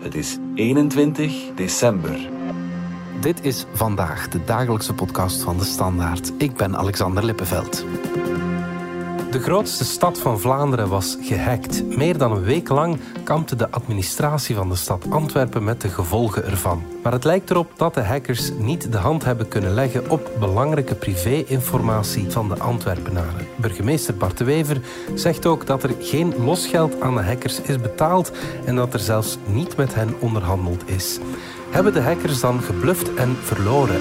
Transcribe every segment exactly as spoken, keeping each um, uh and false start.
Het is eenentwintig december. Dit is Vandaag, de dagelijkse podcast van De Standaard. Ik ben Alexander Lippenveld. De grootste stad van Vlaanderen was gehackt. Meer dan een week lang kampte de administratie van de stad Antwerpen met de gevolgen ervan. Maar het lijkt erop dat de hackers niet de hand hebben kunnen leggen op belangrijke privé-informatie van de Antwerpenaren. Burgemeester Bart de Wever zegt ook dat er geen losgeld aan de hackers is betaald en dat er zelfs niet met hen onderhandeld is. Hebben de hackers dan gebluft en verloren?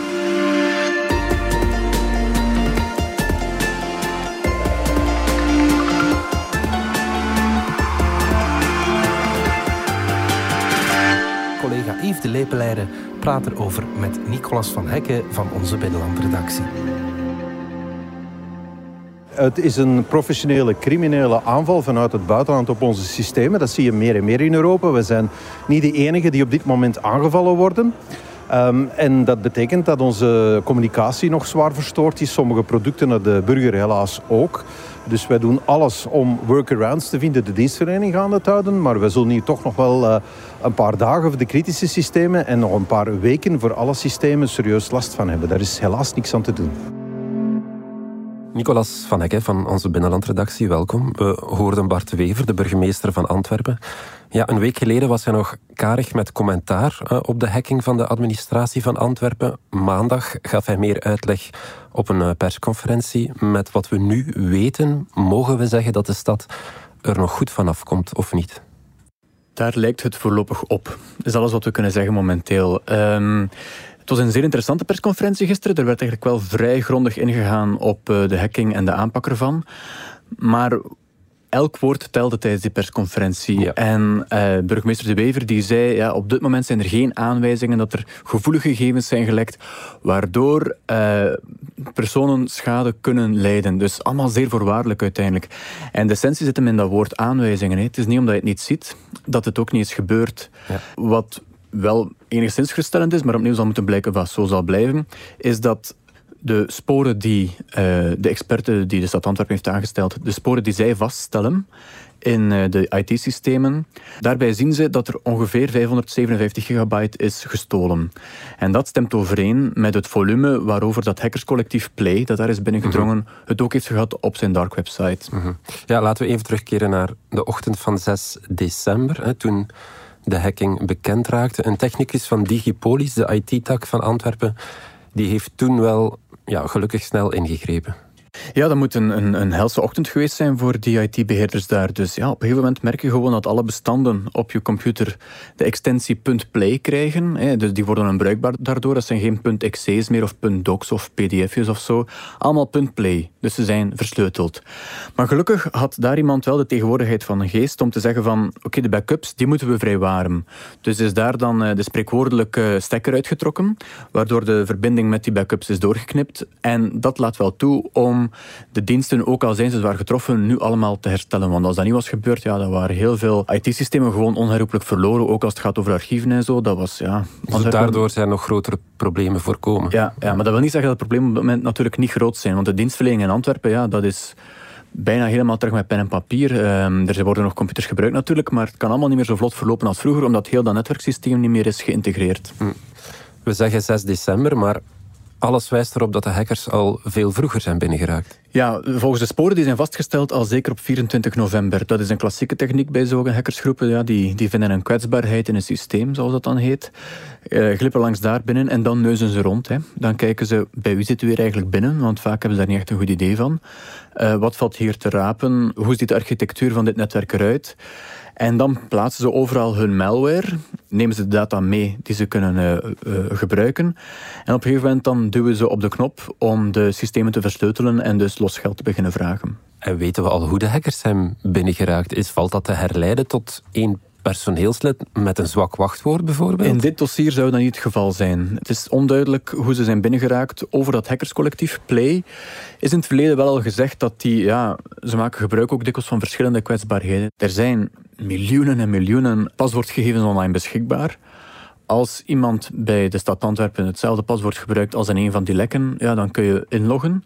Collega Yves de Lepeleire praat erover met Nicolas van Hekke van onze binnenlandredactie. Het is een professionele criminele aanval vanuit het buitenland op onze systemen. Dat zie je meer en meer in Europa. We zijn niet de enige die op dit moment aangevallen worden. Um, en dat betekent dat onze communicatie nog zwaar verstoord is. Sommige producten naar de burger helaas ook. Dus wij doen alles om workarounds te vinden, de dienstverlening gaande te houden. Maar we zullen hier toch nog wel uh, een paar dagen voor de kritische systemen en nog een paar weken voor alle systemen serieus last van hebben. Daar is helaas niks aan te doen. Nicolas van Hekke van onze binnenlandredactie, welkom. We hoorden Bart de Wever, de burgemeester van Antwerpen. Ja, een week geleden was hij nog karig met commentaar uh, op de hacking van de administratie van Antwerpen. Maandag gaf hij meer uitleg op een uh, persconferentie. Met wat we nu weten, mogen we zeggen dat de stad er nog goed vanaf komt, of niet? Daar lijkt het voorlopig op. Dat is alles wat we kunnen zeggen momenteel. Um... Het was een zeer interessante persconferentie gisteren. Er werd eigenlijk wel vrij grondig ingegaan op de hacking en de aanpak ervan. Maar elk woord telde tijdens die persconferentie. Ja. En uh, burgemeester De Wever die zei, ja, op dit moment zijn er geen aanwijzingen dat er gevoelige gegevens zijn gelekt, waardoor uh, personen schade kunnen lijden. Dus allemaal zeer voorwaardelijk uiteindelijk. En de essentie zit hem in dat woord aanwijzingen. Hè. Het is niet omdat je het niet ziet, dat het ook niet is gebeurd. Ja. Wat wel enigszins geruststellend is, maar opnieuw zal moeten blijken wat zo zal blijven, is dat de sporen die uh, de experten die de stad Antwerpen heeft aangesteld, de sporen die zij vaststellen in uh, de I T-systemen, daarbij zien ze dat er ongeveer vijfhonderdzevenenvijftig gigabyte is gestolen. En dat stemt overeen met het volume waarover dat hackerscollectief Play, dat daar is binnengedrongen, mm-hmm. het ook heeft gehad op zijn dark website. Mm-hmm. Ja, laten we even terugkeren naar de ochtend van zes december, hè, toen de hacking bekend raakte. Een technicus van Digipolis, de I T-tak van Antwerpen, die heeft toen wel ja, gelukkig snel ingegrepen. Ja, dat moet een, een, een helse ochtend geweest zijn voor die I T-beheerders daar. Dus ja, op een gegeven moment merk je gewoon dat alle bestanden op je computer de extensie .play krijgen. Hè. Dus die worden onbruikbaar daardoor. Dat zijn geen .exe's meer of .docs of P D F's of zo. Allemaal .play. Dus ze zijn versleuteld. Maar gelukkig had daar iemand wel de tegenwoordigheid van een geest om te zeggen van oké, okay, de backups, die moeten we vrijwaren. Dus is daar dan de spreekwoordelijke stekker uitgetrokken, waardoor de verbinding met die backups is doorgeknipt. En dat laat wel toe om de diensten, ook al zijn ze zwaar getroffen, nu allemaal te herstellen. Want als dat niet was gebeurd, ja, dan waren heel veel I T-systemen gewoon onherroepelijk verloren, ook als het gaat over archieven en zo. Dat was, ja... Dus daardoor zijn nog grotere problemen voorkomen. Ja, ja, maar dat wil niet zeggen dat de problemen op het moment natuurlijk niet groot zijn. Want de dienstverlening in Antwerpen, ja, dat is bijna helemaal terug met pen en papier. Um, er worden nog computers gebruikt natuurlijk, maar het kan allemaal niet meer zo vlot verlopen als vroeger, omdat heel dat netwerksysteem niet meer is geïntegreerd. Hm. We zeggen zes december, maar alles wijst erop dat de hackers al veel vroeger zijn binnengeraakt. Ja, volgens de sporen die zijn vastgesteld al zeker op vierentwintig november. Dat is een klassieke techniek bij zo'n hackersgroepen. Ja, die, die vinden een kwetsbaarheid in een systeem, zoals dat dan heet. Uh, glippen langs daar binnen en dan neuzen ze rond. Hè. Dan kijken ze, bij wie zitten we hier eigenlijk binnen? Want vaak hebben ze daar niet echt een goed idee van. Uh, wat valt hier te rapen? Hoe ziet de architectuur van dit netwerk eruit? En dan plaatsen ze overal hun malware, nemen ze de data mee die ze kunnen uh, uh, gebruiken. En op een gegeven moment dan duwen ze op de knop om de systemen te versleutelen en dus losgeld te beginnen vragen. En weten we al hoe de hackers zijn binnengeraakt? Is, valt dat te herleiden tot één personeelslid met een zwak wachtwoord bijvoorbeeld? In dit dossier zou dat niet het geval zijn. Het is onduidelijk hoe ze zijn binnengeraakt. Over dat hackerscollectief Play is in het verleden wel al gezegd dat die, ja, ze maken gebruik ook dikwijls van verschillende kwetsbaarheden. Er zijn miljoenen en miljoenen paswoordgegevens online beschikbaar. Als iemand bij de stad Antwerpen hetzelfde paswoord gebruikt als in een van die lekken, ja, dan kun je inloggen.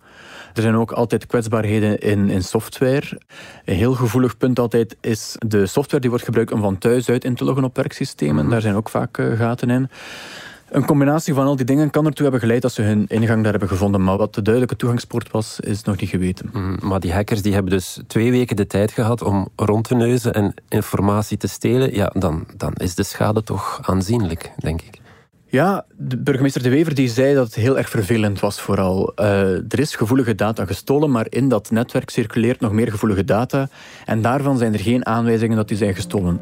Er zijn ook altijd kwetsbaarheden in, in software. Een heel gevoelig punt altijd is de software die wordt gebruikt om van thuis uit in te loggen op werksystemen. Mm-hmm. Daar zijn ook vaak uh, gaten in. Een combinatie van al die dingen kan ertoe hebben geleid dat ze hun ingang daar hebben gevonden. Maar wat de duidelijke toegangspoort was, is nog niet geweten. Mm, maar die hackers die hebben dus twee weken de tijd gehad om rond te neuzen en informatie te stelen. Ja, dan, dan is de schade toch aanzienlijk, denk ik. Ja, de burgemeester De Wever die zei dat het heel erg vervelend was vooral. Uh, er is gevoelige data gestolen, maar in dat netwerk circuleert nog meer gevoelige data. En daarvan zijn er geen aanwijzingen dat die zijn gestolen.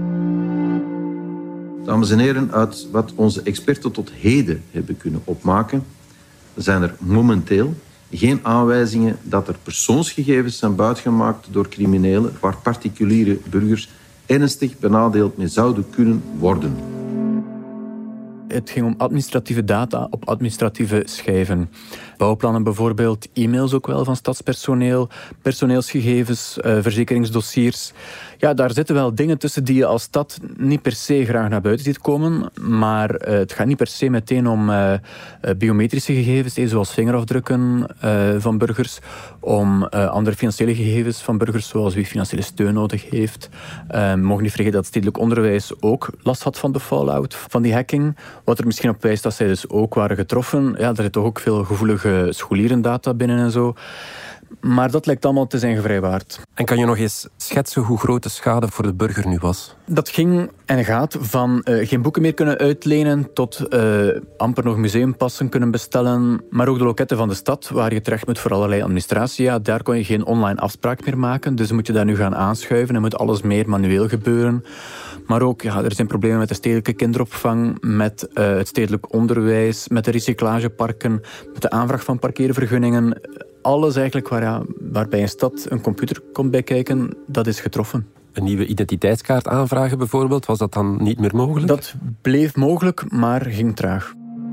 Dames en heren, uit wat onze experten tot heden hebben kunnen opmaken, zijn er momenteel geen aanwijzingen dat er persoonsgegevens zijn buitgemaakt door criminelen waar particuliere burgers ernstig benadeeld mee zouden kunnen worden. Het ging om administratieve data op administratieve schijven. Bouwplannen bijvoorbeeld, e-mails ook wel van stadspersoneel, personeelsgegevens, uh, verzekeringsdossiers. Ja, daar zitten wel dingen tussen die je als stad niet per se graag naar buiten ziet komen, maar uh, het gaat niet per se meteen om uh, uh, biometrische gegevens, eh, zoals vingerafdrukken uh, van burgers, om uh, andere financiële gegevens van burgers, zoals wie financiële steun nodig heeft. Uh, mogen niet vergeten dat het stedelijk onderwijs ook last had van de fallout, van die hacking. Wat er misschien op wijst dat zij dus ook waren getroffen. Ja, er zit toch ook veel gevoelige scholierendata binnen en zo. Maar dat lijkt allemaal te zijn gevrijwaard. En kan je nog eens schetsen hoe groot de schade voor de burger nu was? Dat ging en gaat van uh, geen boeken meer kunnen uitlenen tot uh, amper nog museumpassen kunnen bestellen. Maar ook de loketten van de stad, waar je terecht moet voor allerlei administratie. Ja, daar kon je geen online afspraak meer maken. Dus moet je daar nu gaan aanschuiven en moet alles meer manueel gebeuren. Maar ook, ja, er zijn problemen met de stedelijke kinderopvang, met uh, het stedelijk onderwijs, met de recyclageparken, met de aanvraag van parkeervergunningen. Alles eigenlijk waar, ja, waarbij een stad een computer komt bijkijken, dat is getroffen. Een nieuwe identiteitskaart aanvragen bijvoorbeeld, was dat dan niet meer mogelijk? Dat bleef mogelijk, maar ging traag.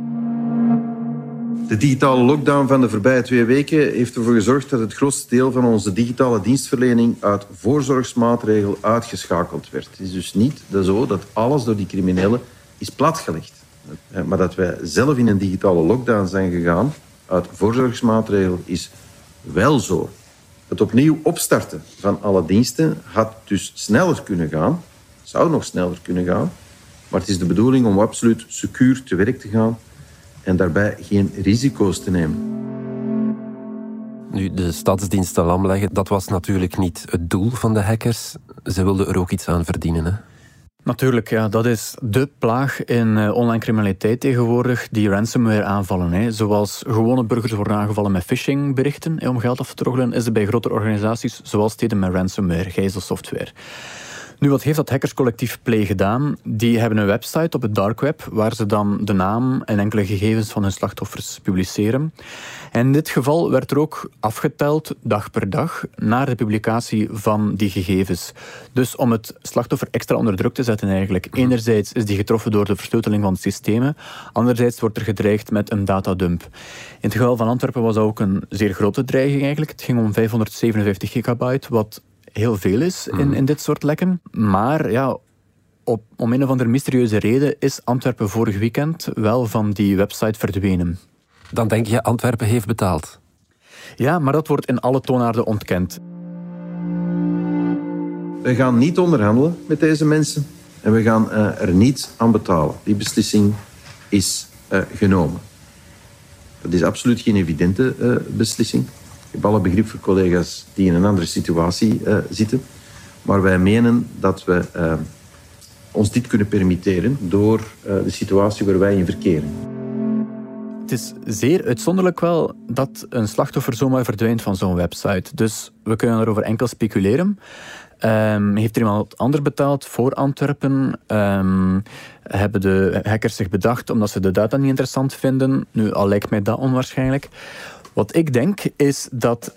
De digitale lockdown van de voorbije twee weken heeft ervoor gezorgd dat het grootste deel van onze digitale dienstverlening uit voorzorgsmaatregel uitgeschakeld werd. Het is dus niet zo dat alles door die criminelen is platgelegd. Maar dat wij zelf in een digitale lockdown zijn gegaan uit voorzorgsmaatregel is wel zo. Het opnieuw opstarten van alle diensten had dus sneller kunnen gaan, zou nog sneller kunnen gaan, maar het is de bedoeling om absoluut secuur te werk te gaan en daarbij geen risico's te nemen. Nu, de stadsdiensten lam leggen, dat was natuurlijk niet het doel van de hackers. Ze wilden er ook iets aan verdienen, hè? Natuurlijk, ja, dat is de plaag in uh, online criminaliteit tegenwoordig, die ransomware aanvallen. Hè. Zoals gewone burgers worden aangevallen met phishingberichten hè, om geld af te troggelen, is het bij grotere organisaties zoals steden met ransomware, gijzelsoftware. Nu, wat heeft dat hackerscollectief Play gedaan? Die hebben een website op het dark web waar ze dan de naam en enkele gegevens van hun slachtoffers publiceren. En in dit geval werd er ook afgeteld, dag per dag, naar de publicatie van die gegevens. Dus om het slachtoffer extra onder druk te zetten eigenlijk. Enerzijds is die getroffen door de versleuteling van de systemen, anderzijds wordt er gedreigd met een datadump. In het geval van Antwerpen was dat ook een zeer grote dreiging eigenlijk. Het ging om vijfhonderdzevenenvijftig gigabyte, wat heel veel is in, in dit soort lekken. Maar ja, op, om een of andere mysterieuze reden is Antwerpen vorig weekend wel van die website verdwenen. Dan denk je, Antwerpen heeft betaald. Ja, maar dat wordt in alle toonaarden ontkend. We gaan niet onderhandelen met deze mensen en we gaan uh, er niet aan betalen. Die beslissing is uh, genomen. Dat is absoluut geen evidente uh, beslissing. Ik heb alle begrip voor collega's die in een andere situatie uh, zitten. Maar wij menen dat we uh, ons dit kunnen permitteren door uh, de situatie waar wij in verkeren. Het is zeer uitzonderlijk wel dat een slachtoffer zomaar verdwijnt van zo'n website. Dus we kunnen daarover enkel speculeren. Um, heeft er iemand anders betaald voor Antwerpen? Um, hebben de hackers zich bedacht omdat ze de data niet interessant vinden? Nu, al lijkt mij dat onwaarschijnlijk. Wat ik denk, is dat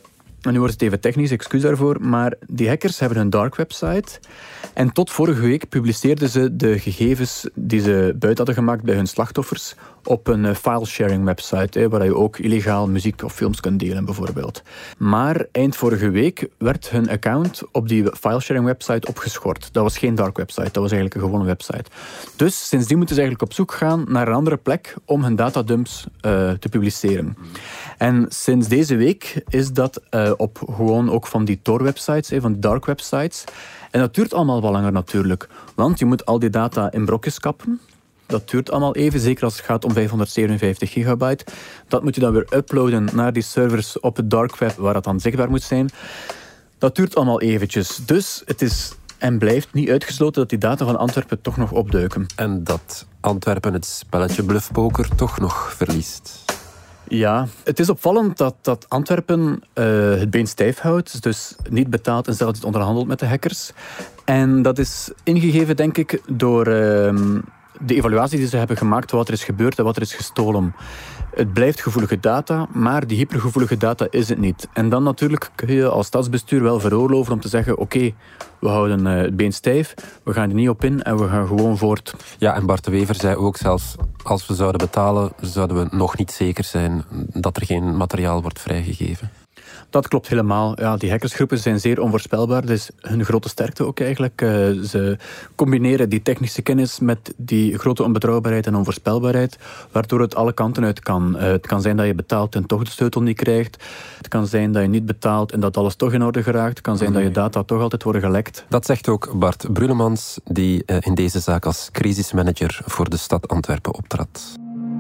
en nu wordt het even technisch, excuus daarvoor, maar die hackers hebben een dark website en tot vorige week publiceerden ze de gegevens die ze buiten hadden gemaakt bij hun slachtoffers op een file-sharing website, waar je ook illegaal muziek of films kunt delen bijvoorbeeld. Maar eind vorige week werd hun account op die file-sharing website opgeschort. Dat was geen dark website, dat was eigenlijk een gewone website. Dus sindsdien moeten ze eigenlijk op zoek gaan naar een andere plek om hun datadumps uh, te publiceren. En sinds deze week is dat uh, op gewoon ook van die Tor-websites, eh, van die dark websites. En dat duurt allemaal wel langer natuurlijk, want je moet al die data in brokjes kappen. Dat duurt allemaal even, zeker als het gaat om vijfhonderdzevenenvijftig gigabyte. Dat moet je dan weer uploaden naar die servers op het dark web, waar dat dan zichtbaar moet zijn. Dat duurt allemaal eventjes. Dus het is en blijft niet uitgesloten dat die data van Antwerpen toch nog opduiken. En dat Antwerpen het spelletje bluffpoker toch nog verliest. Ja, het is opvallend dat, dat Antwerpen uh, het been stijf houdt, dus niet betaalt en zelfs niet onderhandelt met de hackers. En dat is ingegeven, denk ik, door uh, de evaluatie die ze hebben gemaakt, wat er is gebeurd en wat er is gestolen. Het blijft gevoelige data, maar die hypergevoelige data is het niet. En dan natuurlijk kun je als stadsbestuur wel veroorloven om te zeggen, oké, okay, we houden uh, het been stijf, we gaan er niet op in en we gaan gewoon voort. Ja, en Bart de Wever zei ook, zelfs als we zouden betalen, zouden we nog niet zeker zijn dat er geen materiaal wordt vrijgegeven. Dat klopt helemaal. Ja, die hackersgroepen zijn zeer onvoorspelbaar. Dat is hun grote sterkte ook eigenlijk. Uh, ze combineren die technische kennis met die grote onbetrouwbaarheid en onvoorspelbaarheid, waardoor het alle kanten uit kan. Uh, het kan zijn dat je betaalt en toch de sleutel niet krijgt. Het kan zijn dat je niet betaalt en dat alles toch in orde geraakt. Het kan zijn dat je data toch altijd worden gelekt. Dat zegt ook Bart Brulemans, die uh, in deze zaak als crisismanager voor de stad Antwerpen optrad.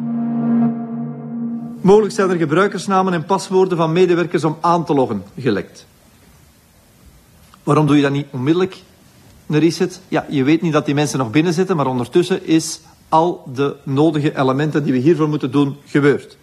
Mogelijk zijn er gebruikersnamen en paswoorden van medewerkers om aan te loggen gelekt. Waarom doe je dat niet onmiddellijk, een reset? Ja, je weet niet dat die mensen nog binnen zitten, maar ondertussen is al de nodige elementen die we hiervoor moeten doen gebeurd.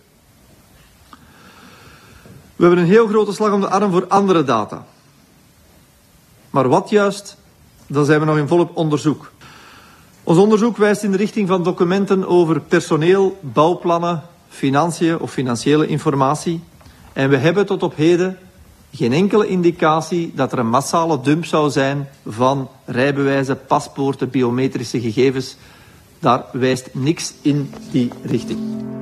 We hebben een heel grote slag om de arm voor andere data. Maar wat juist, dan zijn we nog in volop onderzoek. Ons onderzoek wijst in de richting van documenten over personeel, bouwplannen, financiën of financiële informatie. En we hebben tot op heden geen enkele indicatie dat er een massale dump zou zijn van rijbewijzen, paspoorten, biometrische gegevens. Daar wijst niks in die richting.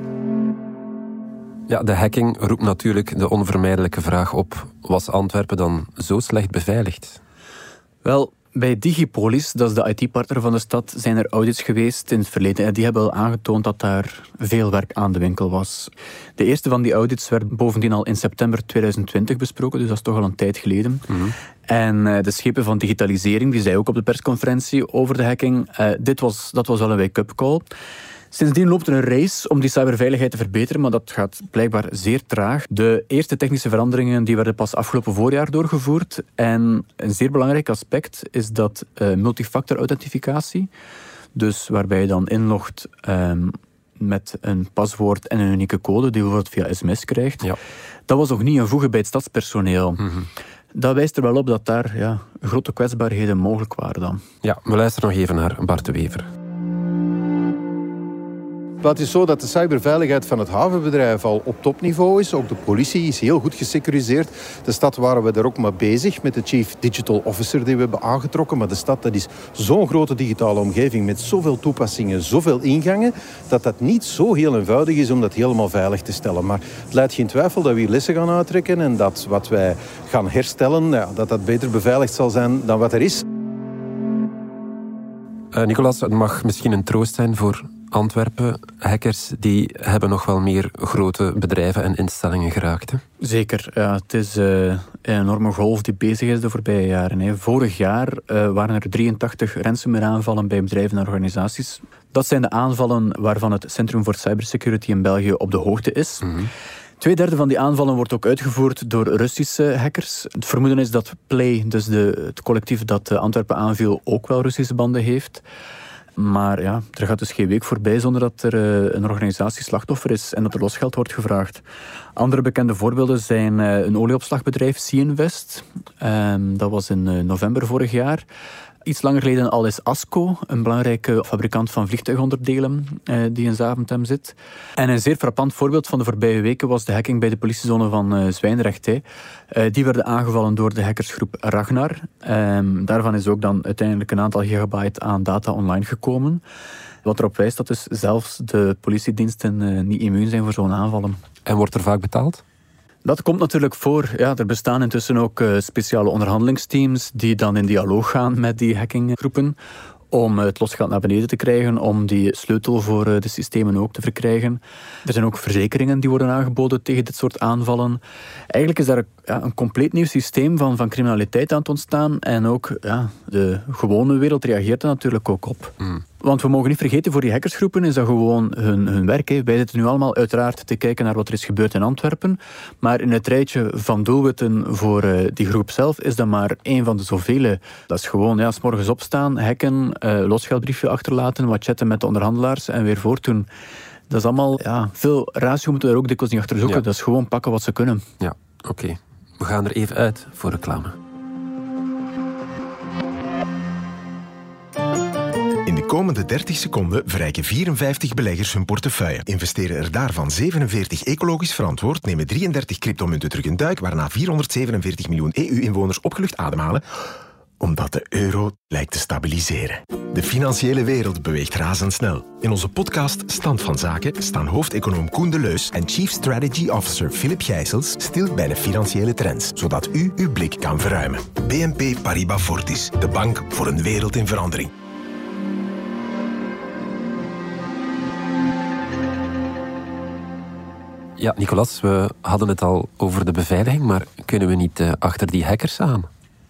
Ja, de hacking roept natuurlijk de onvermijdelijke vraag op. Was Antwerpen dan zo slecht beveiligd? Wel, bij Digipolis, dat is de I T-partner van de stad, zijn er audits geweest in het verleden. En die hebben al aangetoond dat daar veel werk aan de winkel was. De eerste van die audits werd bovendien al in september tweeduizend twintig besproken, dus dat is toch al een tijd geleden. Mm-hmm. En de schepen van digitalisering, die zei ook op de persconferentie over de hacking, uh, dit was, dat was wel een wake-up call. Sindsdien loopt er een race om die cyberveiligheid te verbeteren, maar dat gaat blijkbaar zeer traag. De eerste technische veranderingen die werden pas afgelopen voorjaar doorgevoerd. En een zeer belangrijk aspect is dat uh, multifactor authentificatie, dus waarbij je dan inlogt um, met een paswoord en een unieke code die je bijvoorbeeld via sms krijgt. Ja. Dat was nog niet een voegen bij het stadspersoneel. Mm-hmm. Dat wijst er wel op dat daar ja, grote kwetsbaarheden mogelijk waren dan. Ja, we luisteren nog even naar Bart de Wever. Maar het is zo dat de cyberveiligheid van het havenbedrijf al op topniveau is. Ook de politie is heel goed gesecuriseerd. De stad waren we daar ook maar bezig met de Chief Digital Officer die we hebben aangetrokken. Maar de stad, dat is zo'n grote digitale omgeving met zoveel toepassingen, zoveel ingangen, dat dat niet zo heel eenvoudig is om dat helemaal veilig te stellen. Maar het leidt geen twijfel dat we hier lessen gaan uittrekken en dat wat wij gaan herstellen, ja, dat dat beter beveiligd zal zijn dan wat er is. Uh, Nicolas, het mag misschien een troost zijn voor Antwerpen. Hackers die hebben nog wel meer grote bedrijven en instellingen geraakt. Hè? Zeker. Ja, het is uh, een enorme golf die bezig is de voorbije jaren. Hè. Vorig jaar uh, waren er drieëntachtig ransomware-aanvallen bij bedrijven en organisaties. Dat zijn de aanvallen waarvan het Centrum voor Cybersecurity in België op de hoogte is. Mm-hmm. Tweederde van die aanvallen wordt ook uitgevoerd door Russische hackers. Het vermoeden is dat Play, dus de, het collectief dat Antwerpen aanviel, ook wel Russische banden heeft. Maar ja, er gaat dus geen week voorbij zonder dat er uh, een organisatie slachtoffer is en dat er losgeld wordt gevraagd. Andere bekende voorbeelden zijn uh, een olieopslagbedrijf, Sea Invest. Um, dat was in uh, november vorig jaar. iets langer geleden al is ASCO, een belangrijke fabrikant van vliegtuigonderdelen eh, die in Zaventem zit. En een zeer frappant voorbeeld van de voorbije weken was de hacking bij de politiezone van uh, Zwijndrecht. Hè. Uh, die werden aangevallen door de hackersgroep Ragnar. Um, daarvan is ook dan uiteindelijk een aantal gigabyte aan data online gekomen. Wat erop wijst dat dus zelfs de politiediensten uh, niet immuun zijn voor zo'n aanvallen. En wordt er vaak betaald? Dat komt natuurlijk voor. Ja, er bestaan intussen ook uh, speciale onderhandelingsteams die dan in dialoog gaan met die hackinggroepen om het losgeld naar beneden te krijgen, om die sleutel voor uh, de systemen ook te verkrijgen. Er zijn ook verzekeringen die worden aangeboden tegen dit soort aanvallen. Eigenlijk is daar ja, een compleet nieuw systeem van, van criminaliteit aan het ontstaan en ook ja, de gewone wereld reageert er natuurlijk ook op. Mm. Want we mogen niet vergeten, voor die hackersgroepen is dat gewoon hun, hun werk. Hè. Wij zitten nu allemaal uiteraard te kijken naar wat er is gebeurd in Antwerpen. Maar in het rijtje van doelwitten voor uh, die groep zelf is dat maar één van de zoveel. Dat is gewoon ja, 's morgens opstaan, hacken, uh, losgeldbriefje achterlaten, wat chatten met de onderhandelaars en weer voortdoen. Dat is allemaal, ja, veel ratio moeten we er ook dikwijls niet achter zoeken. Ja. Dat is gewoon pakken wat ze kunnen. Ja, oké. Okay. We gaan er even uit voor reclame. In de komende dertig seconden verrijken vierenvijftig beleggers hun portefeuille. Investeren er daarvan zevenenveertig ecologisch verantwoord, nemen drieëndertig cryptomunten terug een duik, waarna vierhonderdzevenenveertig miljoen E U-inwoners opgelucht ademhalen, omdat de euro lijkt te stabiliseren. De financiële wereld beweegt razendsnel. In onze podcast Stand van Zaken staan hoofdeconoom Koen De Leus en Chief Strategy Officer Philip Gijsels stil bij de financiële trends, zodat u uw blik kan verruimen. B N P Paribas Fortis, de bank voor een wereld in verandering. Ja, Nicolas, we hadden het al over de beveiliging, maar kunnen we niet uh, achter die hackers aan?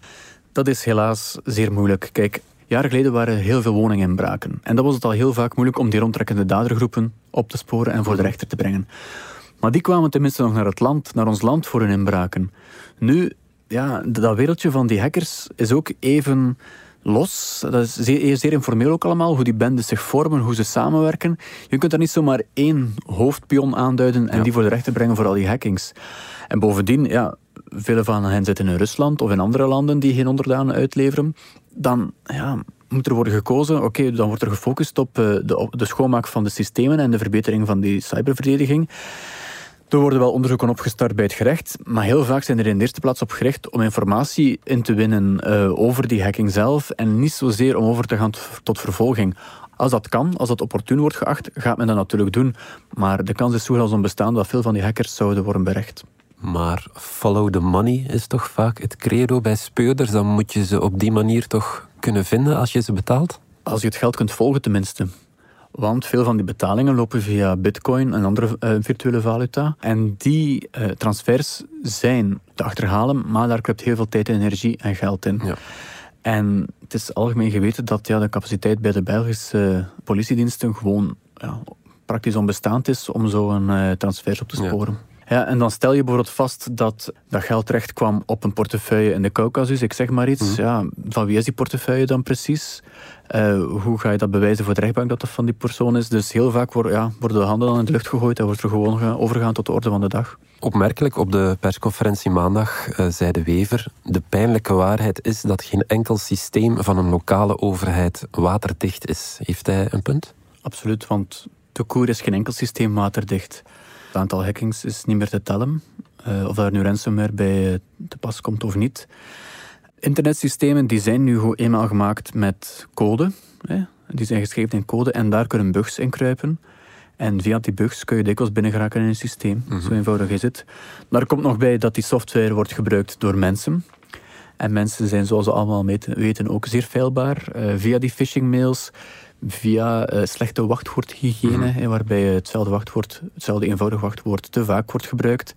Dat is helaas zeer moeilijk. Kijk, jaren geleden waren heel veel woninginbraken. En dat was het al heel vaak moeilijk om die rondtrekkende dadergroepen op te sporen en voor de rechter te brengen. Maar die kwamen tenminste nog naar het land, naar ons land voor hun inbraken. Nu, ja, dat wereldje van die hackers is ook even los. Dat is zeer, zeer informeel ook allemaal, hoe die bendes zich vormen, hoe ze samenwerken. Je kunt daar niet zomaar één hoofdpion aanduiden en ja. die voor de rechter brengen voor al die hackings. En bovendien, ja, vele van hen zitten in Rusland of in andere landen die geen onderdanen uitleveren. Dan ja, moet er worden gekozen, oké, okay, dan wordt er gefocust op uh, de, op de schoonmaak van de systemen en de verbetering van die cyberverdediging. Er worden wel onderzoeken opgestart bij het gerecht, maar heel vaak zijn er in de eerste plaats op gericht om informatie in te winnen uh, over die hacking zelf en niet zozeer om over te gaan tot vervolging. Als dat kan, als dat opportun wordt geacht, gaat men dat natuurlijk doen. Maar de kans is zo als onbestaande dat veel van die hackers zouden worden berecht. Maar follow the money is toch vaak het credo bij speurders? Dan moet je ze op die manier toch kunnen vinden als je ze betaalt? Als je het geld kunt volgen tenminste. Want veel van die betalingen lopen via bitcoin en andere uh, virtuele valuta. En die uh, transfers zijn te achterhalen, maar daar kruipt heel veel tijd, energie en geld in. Ja. En het is algemeen geweten dat ja, de capaciteit bij de Belgische politiediensten gewoon ja, praktisch onbestaand is om zo'n uh, transfers op te sporen. Ja. Ja, en dan stel je bijvoorbeeld vast dat dat geld terecht kwam op een portefeuille in de Caucasus, ik zeg maar iets. Mm. Ja, van wie is die portefeuille dan precies? Uh, hoe ga je dat bewijzen voor de rechtbank dat dat van die persoon is? Dus heel vaak worden, ja, worden de handen dan in de lucht gegooid en wordt er gewoon overgegaan tot de orde van de dag. Opmerkelijk, op de persconferentie maandag uh, zei De Wever: de pijnlijke waarheid is dat geen enkel systeem van een lokale overheid waterdicht is. Heeft hij een punt? Absoluut, want de koer is geen enkel systeem waterdicht. Het aantal hackings is niet meer te tellen. Uh, of daar nu ransomware bij te pas komt of niet. Internetsystemen die zijn nu gewoon eenmaal gemaakt met code. Hè? Die zijn geschreven in code en daar kunnen bugs in kruipen. En via die bugs kun je dikwijls binnengeraken in een systeem. Mm-hmm. Zo eenvoudig is het. Daar komt nog bij dat die software wordt gebruikt door mensen. En mensen zijn, zoals we allemaal weten, ook zeer feilbaar. Uh, via die phishing-mails, via uh, slechte wachtwoordhygiëne, mm-hmm. waarbij hetzelfde wachtwoord, hetzelfde eenvoudig wachtwoord te vaak wordt gebruikt.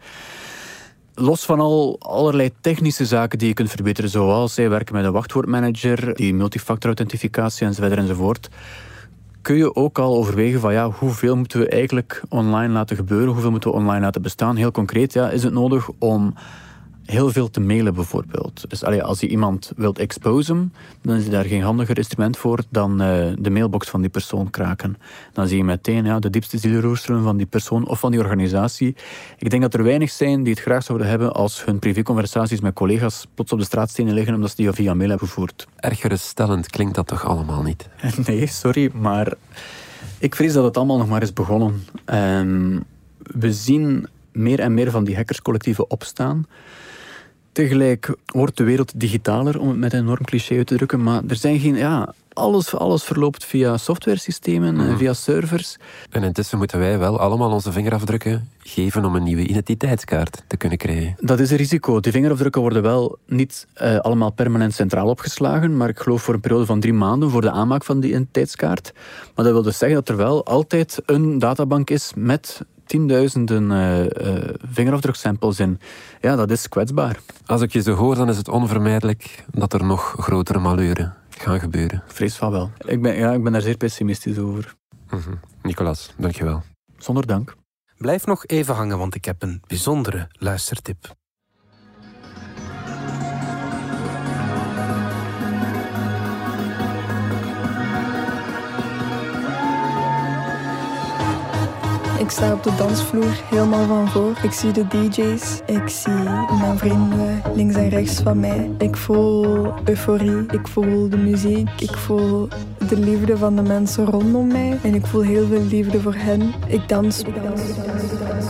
Los van al allerlei technische zaken die je kunt verbeteren, zoals hey, werken met een wachtwoordmanager, die multifactor authentificatie enzovoort enzovoort, kun je ook al overwegen van ja, hoeveel moeten we eigenlijk online laten gebeuren, hoeveel moeten we online laten bestaan. Heel concreet, ja, is het nodig om heel veel te mailen bijvoorbeeld. Dus allee, als je iemand wilt exposen, dan is daar geen handiger instrument voor dan uh, de mailbox van die persoon kraken. Dan zie je meteen ja, de diepste zielroosteren van die persoon of van die organisatie. Ik denk dat er weinig zijn die het graag zouden hebben als hun privéconversaties met collega's plots op de straatstenen liggen omdat ze die via mail hebben gevoerd. Erg geruststellend klinkt dat toch allemaal niet? Nee, sorry, maar ik vrees dat het allemaal nog maar is begonnen. En we zien meer en meer van die hackerscollectieven opstaan. Tegelijk wordt de wereld digitaler, om het met een enorm cliché uit te drukken, maar er zijn geen... Ja, alles, alles verloopt via softwaresystemen, mm. via servers. En intussen moeten wij wel allemaal onze vingerafdrukken geven om een nieuwe identiteitskaart te kunnen krijgen. Dat is een risico. Die vingerafdrukken worden wel niet uh, allemaal permanent centraal opgeslagen, maar ik geloof voor een periode van drie maanden voor de aanmaak van die identiteitskaart. Maar dat wil dus zeggen dat er wel altijd een databank is met tienduizenden uh, uh, vingerafdruksamples in. Ja, dat is kwetsbaar. Als ik je zo hoor, dan is het onvermijdelijk dat er nog grotere malheuren gaan gebeuren. Vrees van wel. Ik ben, ja, ik ben daar zeer pessimistisch over. Mm-hmm. Nicolas, dankjewel. Zonder dank. Blijf nog even hangen, want ik heb een bijzondere luistertip. Ik sta op de dansvloer helemaal van voor. Ik zie de D J's. Ik zie mijn vrienden links en rechts van mij. Ik voel euforie. Ik voel de muziek. Ik voel de liefde van de mensen rondom mij. En ik voel heel veel liefde voor hen. Ik dans. Ik dans, ik dans, ik dans.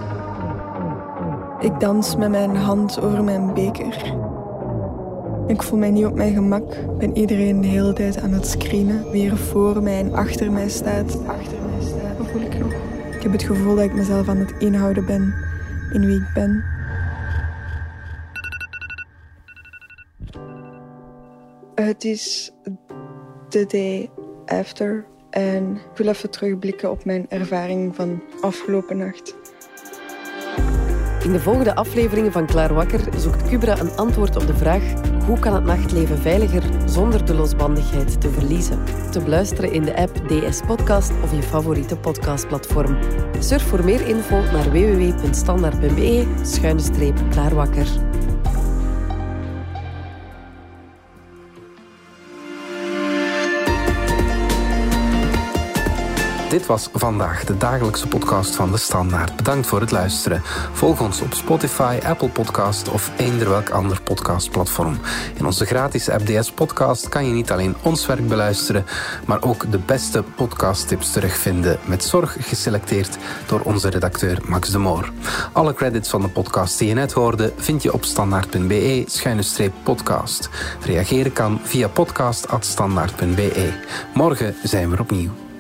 Ik dans met mijn hand over mijn beker. Ik voel mij niet op mijn gemak. Ik ben iedereen de hele tijd aan het screenen. Wie er voor mij en achter mij staat. Achter mij staat. Wat voel ik nog? Ik heb het gevoel dat ik mezelf aan het inhouden ben in wie ik ben. Het is the day after en ik wil even terugblikken op mijn ervaring van afgelopen nacht. In de volgende afleveringen van Klaar Wakker zoekt Kubra een antwoord op de vraag: hoe kan het nachtleven veiliger zonder de losbandigheid te verliezen? Te beluisteren in de app D S Podcast of je favoriete podcastplatform. Surf voor meer info naar w w w punt standaard punt b e schuine streep klaarwakker. Dit was vandaag de dagelijkse podcast van De Standaard. Bedankt voor het luisteren. Volg ons op Spotify, Apple Podcast of eender welk ander podcastplatform. In onze gratis app D S Podcast kan je niet alleen ons werk beluisteren, maar ook de beste podcasttips terugvinden, met zorg geselecteerd door onze redacteur Max de Moor. Alle credits van de podcast die je net hoorde vind je op standaard punt b e schuine streep podcast. Reageren kan via podcast apenstaartje standaard punt b e. Morgen zijn we er opnieuw.